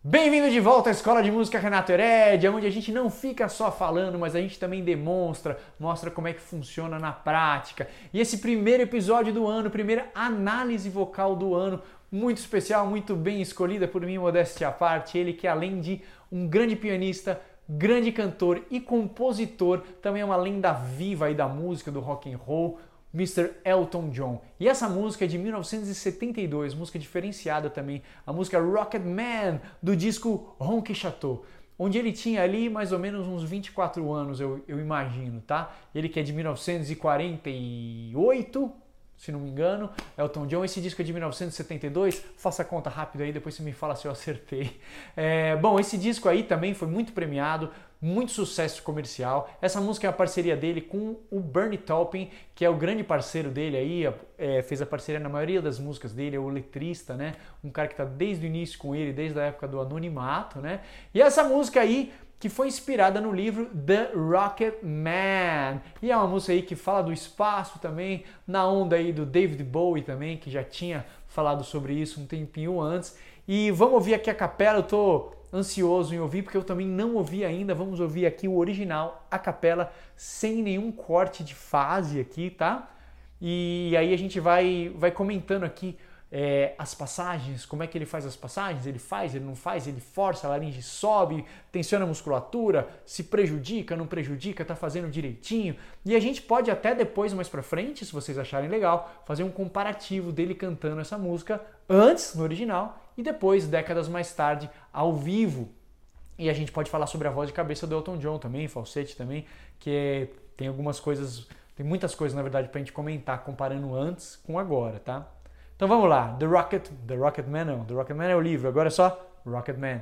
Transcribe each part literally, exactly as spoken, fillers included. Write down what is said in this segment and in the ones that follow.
Bem-vindo de volta à Escola de Música Renato Herédia, onde a gente não fica só falando, mas a gente também demonstra, mostra como é que funciona na prática. E esse primeiro episódio do ano, primeira análise vocal do ano, muito especial, muito bem escolhida por mim, modéstia à parte, ele que além de um grande pianista, grande cantor e compositor, também é uma lenda viva aí da música, do rock and roll, mister Elton John. E essa música é de mil novecentos e setenta e dois, música diferenciada também, a música Rocket Man, do disco Ronque Chateau, onde ele tinha ali mais ou menos uns vinte e quatro anos, eu, eu imagino, tá? Ele que é de mil novecentos e quarenta e oito, se não me engano, Elton John. Esse disco é de mil novecentos e setenta e dois, faça a conta rápido aí, depois você me fala se eu acertei. É, bom, esse disco aí também foi muito premiado, muito sucesso comercial. Essa música é a parceria dele com o Bernie Taupin, que é o grande parceiro dele aí, é, fez a parceria na maioria das músicas dele, é o letrista, né? Um cara que tá desde o início com ele, desde a época do anonimato, né? E essa música aí, que foi inspirada no livro The Rocket Man. E é uma música aí que fala do espaço também, na onda aí do David Bowie também, que já tinha falado sobre isso um tempinho antes. E vamos ouvir aqui a capela, eu tô ansioso em ouvir, porque eu também não ouvi ainda. Vamos ouvir aqui o original, a capela, sem nenhum corte de fase aqui, tá? E aí a gente vai, vai comentando aqui é, as passagens, como é que ele faz as passagens, ele faz, ele não faz, ele força, a laringe sobe, tensiona a musculatura, se prejudica, não prejudica, tá fazendo direitinho. E a gente pode até depois, mais pra frente, se vocês acharem legal, fazer um comparativo dele cantando essa música antes, no original, e depois, décadas mais tarde, ao vivo. E a gente pode falar sobre a voz de cabeça do Elton John também, falsete também, que é, tem algumas coisas, tem muitas coisas, na verdade, pra gente comentar, comparando antes com agora, tá? Então vamos lá, The Rocket, The Rocket Man não, The Rocket Man é o livro, agora é só Rocket Man.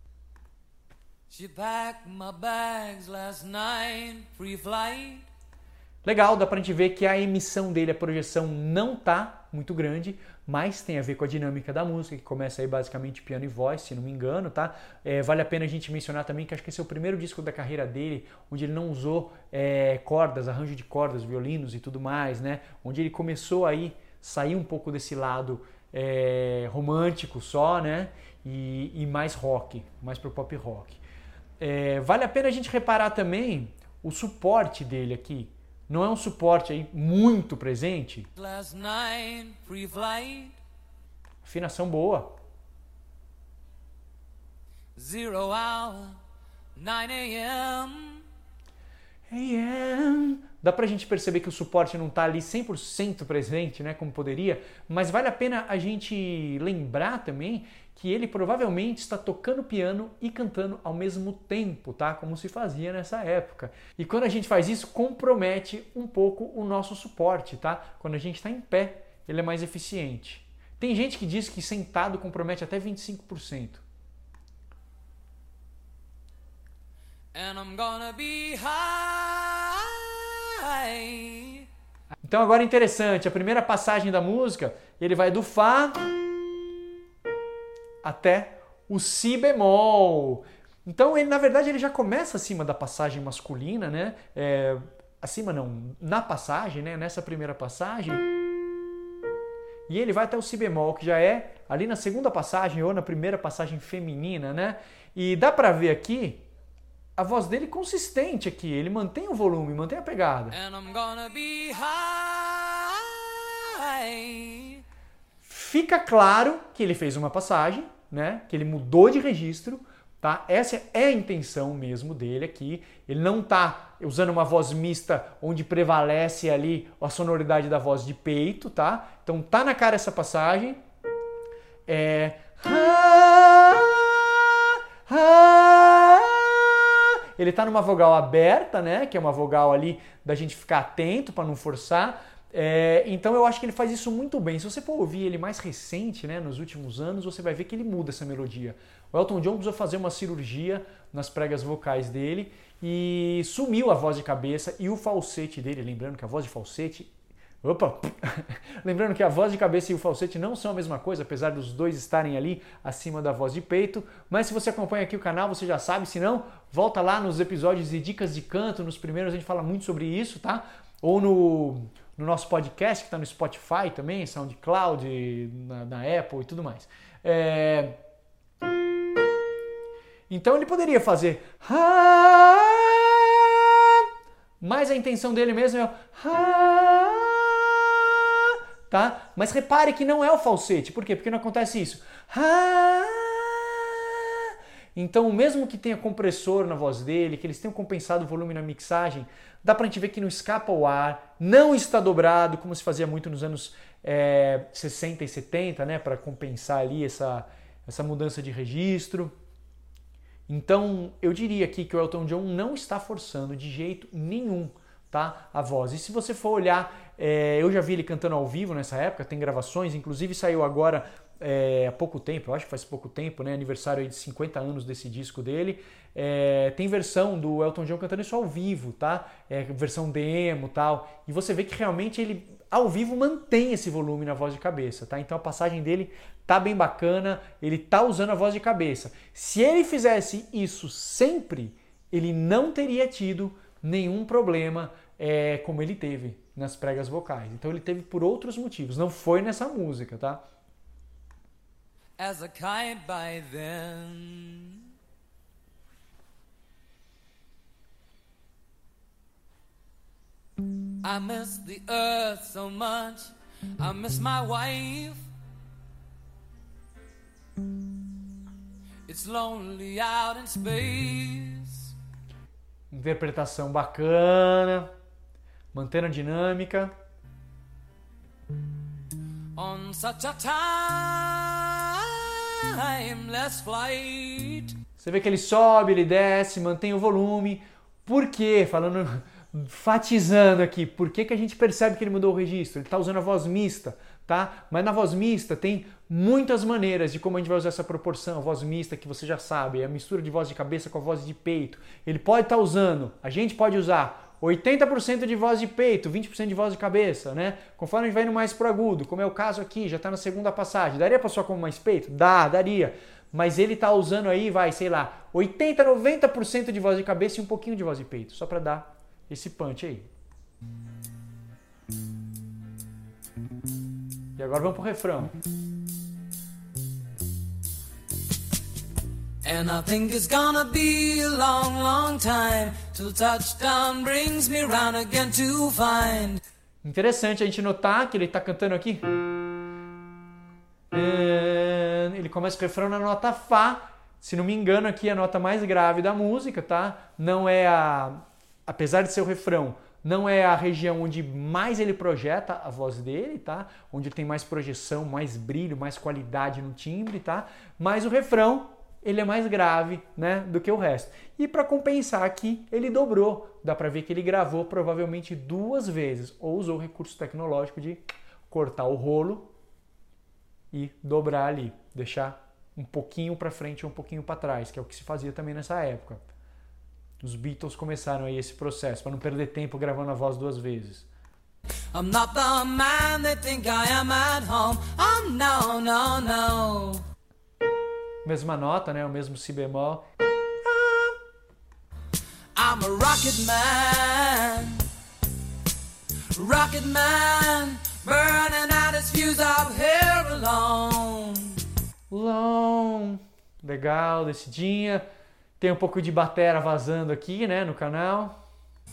She packed my bags last night, pre-flight. Legal, dá pra gente ver que a emissão dele, a projeção não tá muito grande, mas tem a ver com a dinâmica da música, que começa aí basicamente piano e voz, se não me engano, tá? É, vale a pena a gente mencionar também que acho que esse é o primeiro disco da carreira dele, onde ele não usou é, cordas, arranjo de cordas, violinos e tudo mais, né? Onde ele começou aí sair um pouco desse lado é, romântico só, né? E, e mais rock, mais pro pop rock. É, vale a pena a gente reparar também o suporte dele aqui. Não é um suporte aí muito presente. Last night, pre-flight. Afinação boa. Zero hour, nine a m A M. Dá pra gente perceber que o suporte não tá ali cem por cento presente, né, como poderia, mas vale a pena a gente lembrar também que ele provavelmente está tocando piano e cantando ao mesmo tempo, tá? Como se fazia nessa época. E quando a gente faz isso, compromete um pouco o nosso suporte, tá? Quando a gente está em pé, ele é mais eficiente. Tem gente que diz que sentado compromete até vinte e cinco por cento. and I'm gonna be high. Então agora é interessante, a primeira passagem da música, ele vai do Fá até o Si bemol. Então ele, na verdade, ele já começa acima da passagem masculina, né? É, acima não, na passagem, né? Nessa primeira passagem. E ele vai até o Si bemol, que já é ali na segunda passagem ou na primeira passagem feminina, né? E dá pra ver aqui a voz dele consistente aqui, ele mantém o volume, mantém a pegada. And I'm gonna be high. Fica claro que ele fez uma passagem, né? Que ele mudou de registro, tá? Essa é a intenção mesmo dele aqui. Ele não tá usando uma voz mista onde prevalece ali a sonoridade da voz de peito, tá? Então tá na cara essa passagem. É... Ele tá numa vogal aberta, né? Que é uma vogal ali da gente ficar atento para não forçar. É, então eu acho que ele faz isso muito bem. Se você for ouvir ele mais recente, né, nos últimos anos, você vai ver que ele muda essa melodia. O Elton John precisou fazer uma cirurgia nas pregas vocais dele e sumiu a voz de cabeça e o falsete dele. Lembrando que a voz de falsete... Opa! Lembrando que a voz de cabeça e o falsete não são a mesma coisa, apesar dos dois estarem ali acima da voz de peito. Mas se você acompanha aqui o canal, você já sabe. Se não, volta lá nos episódios de dicas de canto. Nos primeiros a gente fala muito sobre isso, tá? Ou no... no nosso podcast, que está no Spotify também, SoundCloud, na, na Apple e tudo mais. É... Então ele poderia fazer ha, mas a intenção dele mesmo é o ha, tá? Mas repare que não é o falsete. Por quê? Porque não acontece isso. Ha, então, mesmo que tenha compressor na voz dele, que eles tenham compensado o volume na mixagem, dá pra gente ver que não escapa o ar, não está dobrado, como se fazia muito nos anos é, sessenta e setenta, né, para compensar ali essa, essa mudança de registro. Então, eu diria aqui que o Elton John não está forçando de jeito nenhum, tá, a voz. E se você for olhar, é, eu já vi ele cantando ao vivo nessa época, tem gravações, inclusive saiu agora é, há pouco tempo, eu acho que faz pouco tempo, né, aniversário aí de cinquenta anos desse disco dele. É, tem versão do Elton John cantando isso ao vivo, tá? É, versão demo e tal. E você vê que realmente ele, ao vivo, mantém esse volume na voz de cabeça, tá? Então a passagem dele tá bem bacana, ele tá usando a voz de cabeça. Se ele fizesse isso sempre, ele não teria tido nenhum problema é, como ele teve nas pregas vocais. Então ele teve por outros motivos, não foi nessa música, tá? As a kite by then. I miss the earth so much. I miss my wife. It's lonely out in space. Interpretação bacana, mantendo a dinâmica. On such a timeless flight. Você vê que ele sobe, ele desce, mantém o volume. Por quê? Falando, enfatizando aqui, por que que a gente percebe que ele mudou o registro? Ele está usando a voz mista, tá? Mas na voz mista tem muitas maneiras de como a gente vai usar essa proporção. A voz mista, que você já sabe, é a mistura de voz de cabeça com a voz de peito. Ele pode estar usando, a gente pode usar oitenta por cento de voz de peito, vinte por cento de voz de cabeça, né? Conforme a gente vai indo mais pro agudo, como é o caso aqui, já está na segunda passagem. Daria para soar como mais peito? Dá, daria. Mas ele tá usando aí, vai, sei lá, oitenta, noventa por cento de voz de cabeça e um pouquinho de voz de peito, só para dar esse punch aí. E agora vamos pro refrão. And I think it's gonna be a long, long time till touchdown brings me round again to find. Interessante a gente notar que ele tá cantando aqui. Ele começa o refrão na nota Fá. Se não me engano, aqui é a nota mais grave da música, tá? Não é a... Apesar de ser o refrão, não é a região onde mais ele projeta a voz dele, tá? Onde ele tem mais projeção, mais brilho, mais qualidade no timbre, tá? Mas o refrão, ele é mais grave, né, do que o resto. E para compensar aqui, ele dobrou. Dá para ver que ele gravou provavelmente duas vezes, ou usou o recurso tecnológico de cortar o rolo e dobrar ali, deixar um pouquinho para frente ou um pouquinho para trás, que é o que se fazia também nessa época. Os Beatles começaram aí esse processo, para não perder tempo gravando a voz duas vezes. I'm not the man they think I am at home. Oh no, no, no. Mesma nota, né? O mesmo si bemol. I'm a rocket man. Rocket man, burning out his fuse out here alone. Long. Legal, descidinha. Tem um pouco de batera vazando aqui, né, no canal.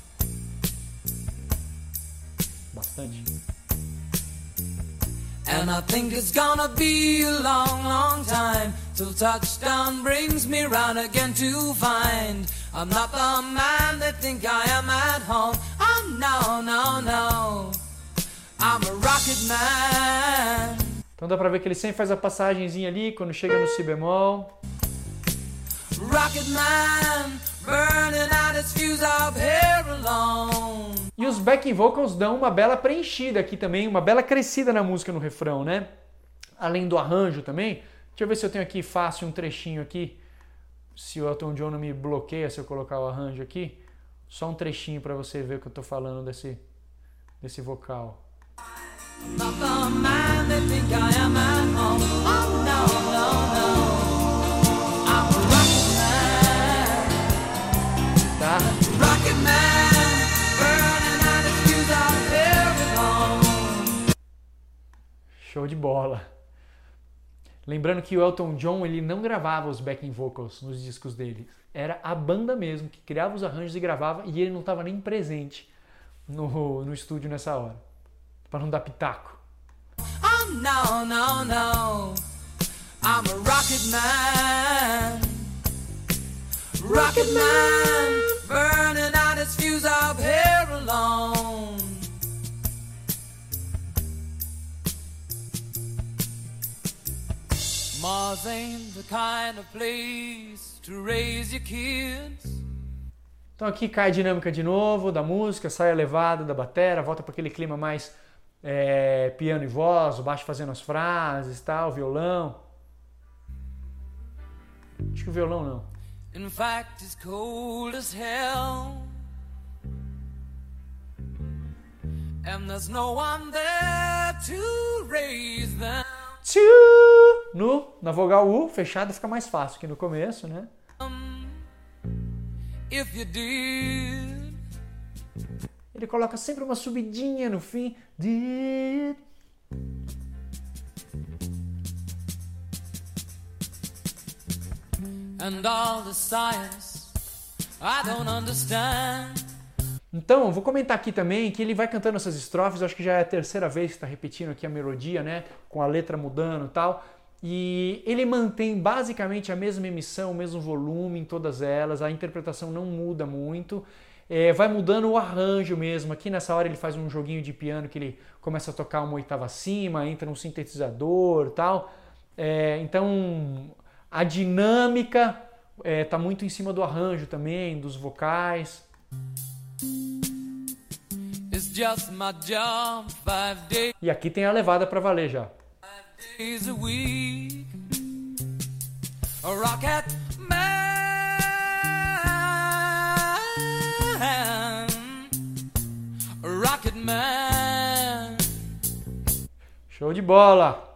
Bastante. And I think it's gonna be a long, long time till touchdown brings me round again to find I'm not the man they think I am at home. Oh no, no, no. I'm a rocket man. Então dá pra ver que ele sempre faz a passagenzinha ali quando chega no si bemol. Rocket man, burning out his fuse out here alone. E os backing vocals dão uma bela preenchida aqui também, uma bela crescida na música no refrão, né? Além do arranjo também. Deixa eu ver se eu tenho aqui fácil um trechinho aqui. Se o Elton John não me bloqueia se eu colocar o arranjo aqui. Só um trechinho para você ver o que eu tô falando desse, desse vocal. Not the man they think I am at home. Oh no, no, no. I'm a rocket man. Tá? Rocket man, burning out his fuse out here alone. Show de bola. Lembrando que o Elton John ele não gravava os backing vocals nos discos dele. Era a banda mesmo que criava os arranjos e gravava, e ele não estava nem presente no, no estúdio nessa hora, para não dar pitaco. Oh no, no, no, I'm a rocket man, rocket man, burning out his fuse up here alone. Mars ain't the kind of place to raise your kids. Então aqui cai a dinâmica de novo da música, sai a levada da batera, volta para aquele clima mais é, piano e voz, o baixo fazendo as frases, tal, violão. Acho que o violão não. In fact, it's cold as hell, and there's no one there to raise them. Tchu! No, na vogal U, fechada fica mais fácil que no começo, né? If you did. Ele coloca sempre uma subidinha no fim. Did. And all the science I don't understand. Então, vou comentar aqui também que ele vai cantando essas estrofes, acho que já é a terceira vez que está repetindo aqui a melodia, né? Com a letra mudando e tal. E ele mantém basicamente a mesma emissão, o mesmo volume em todas elas, a interpretação não muda muito. É, vai mudando o arranjo mesmo. Aqui nessa hora ele faz um joguinho de piano que ele começa a tocar uma oitava acima, entra um sintetizador e tal. É, então, a dinâmica está é, muito em cima do arranjo também, dos vocais. It's just my job, five days. E aqui tem a levada para valer já. Days a week, a rocket man, a rocket man. Show de bola!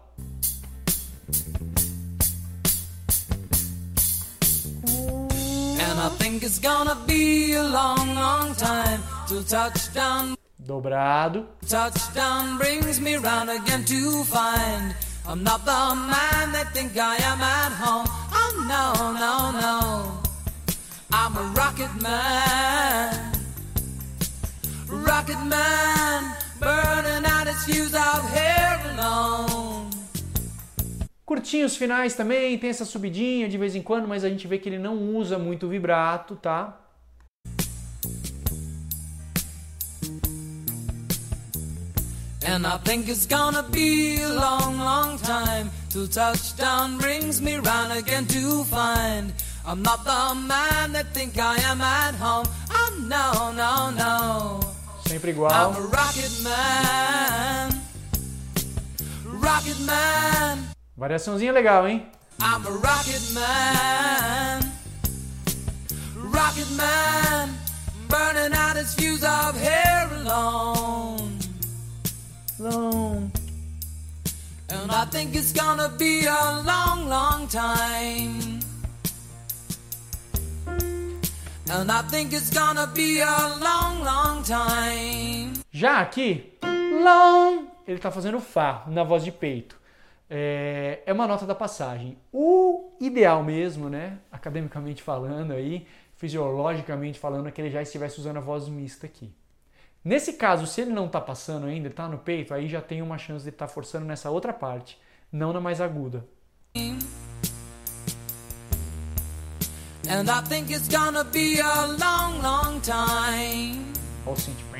And I think it's gonna be a long, long time till touchdown. Dobrado. Touchdown brings me round again to find I'm not the man they think I am at home. Oh no, no, no, I'm a rocket man, rocket man, burning out his fuse out here alone. Curtinhos finais também, tem essa subidinha de vez em quando, mas a gente vê que ele não usa muito vibrato, tá? And I think it's gonna be a long, long time till touchdown brings me round again to find I'm not the man that think I am at home. Oh no, no, no, Sempre igual. I'm a rocket man, rocket man. Variaçãozinha legal, hein? I'm a rocket man, rocket man, burning out his fuse up here alone. Long. And I think it's gonna be a long, long time. And I think it's gonna be a long, long time. Já aqui, long, ele tá fazendo Fá na voz de peito. É, é uma nota da passagem. O ideal mesmo, né, academicamente falando aí, fisiologicamente falando, é que ele já estivesse usando a voz mista aqui. Nesse caso, se ele não está passando ainda, ele está no peito, aí já tem uma chance de estar tá forçando nessa outra parte, não na mais aguda. And I think it's gonna be a long, long time. Olha o synth.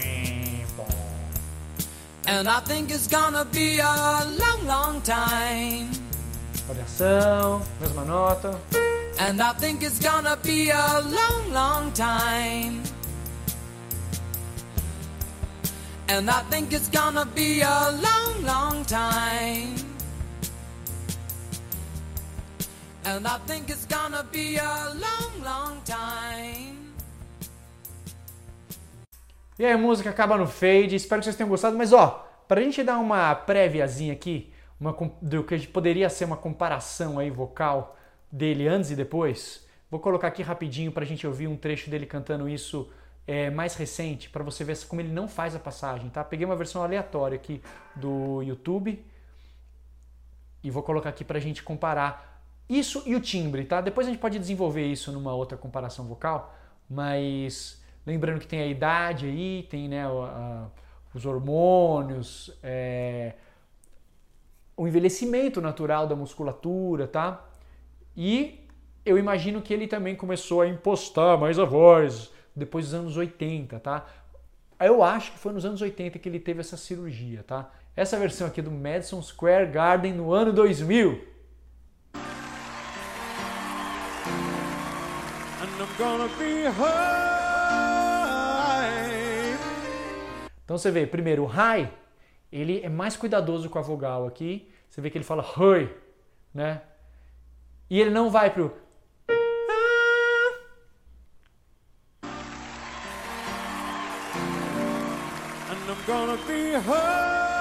And I think it's gonna be a long, long time. Variação, mesma nota. And I think it's gonna be a long, long time. And I think it's gonna be a long, long time. And I think it's gonna be a long, long time. E aí a música acaba no fade, espero que vocês tenham gostado, mas ó, pra gente dar uma préviazinha aqui, uma, do que poderia ser uma comparação aí vocal dele antes e depois, vou colocar aqui rapidinho pra gente ouvir um trecho dele cantando isso é, mais recente, pra você ver como ele não faz a passagem, tá? Peguei uma versão aleatória aqui do YouTube. E vou colocar aqui pra gente comparar isso e o timbre, tá? Depois a gente pode desenvolver isso numa outra comparação vocal, mas lembrando que tem a idade aí, tem, né, a, a, os hormônios, é, o envelhecimento natural da musculatura, tá? E eu imagino que ele também começou a impostar mais a voz depois dos anos oitenta, tá? Eu acho que foi nos anos oitenta que ele teve essa cirurgia, tá? Essa versão aqui do Madison Square Garden no ano dois mil. And I'm gonna be high. Então você vê, primeiro o high, ele é mais cuidadoso com a vogal aqui. Você vê que ele fala high, né? E ele não vai pro And I'm gonna be high.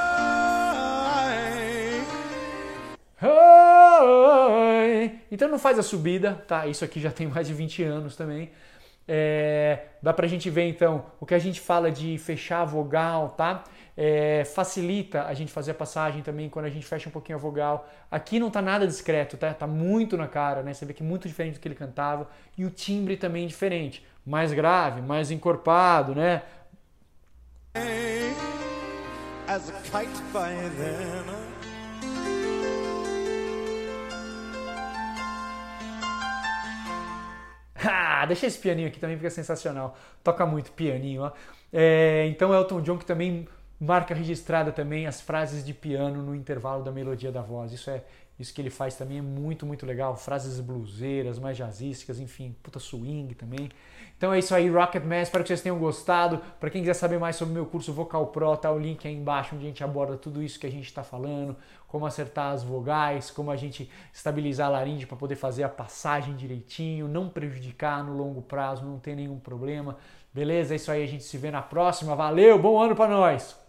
High. Então não faz a subida, tá? Isso aqui já tem mais de vinte anos também. É, dá pra gente ver então o que a gente fala de fechar a vogal, tá? É, facilita a gente fazer a passagem também quando a gente fecha um pouquinho a vogal. Aqui não tá nada discreto, tá? Tá muito na cara, né? Você vê que é muito diferente do que ele cantava. E o timbre também é diferente. Mais grave, mais encorpado, né? As a kite by then. Ah, deixa esse pianinho aqui também, fica sensacional. Toca muito pianinho, ó. É, então Elton John, que também marca registrada também as frases de piano no intervalo da melodia da voz. Isso é isso que ele faz também é muito, muito legal. Frases bluseiras, mais jazzísticas, enfim, puta swing também. Então é isso aí, Rocket Man, espero que vocês tenham gostado. Para quem quiser saber mais sobre o meu curso Vocal Pro, tá o link aí embaixo, onde a gente aborda tudo isso que a gente está falando, como acertar as vogais, como a gente estabilizar a laringe para poder fazer a passagem direitinho, não prejudicar no longo prazo, não ter nenhum problema. Beleza? É isso aí, a gente se vê na próxima. Valeu, bom ano para nós!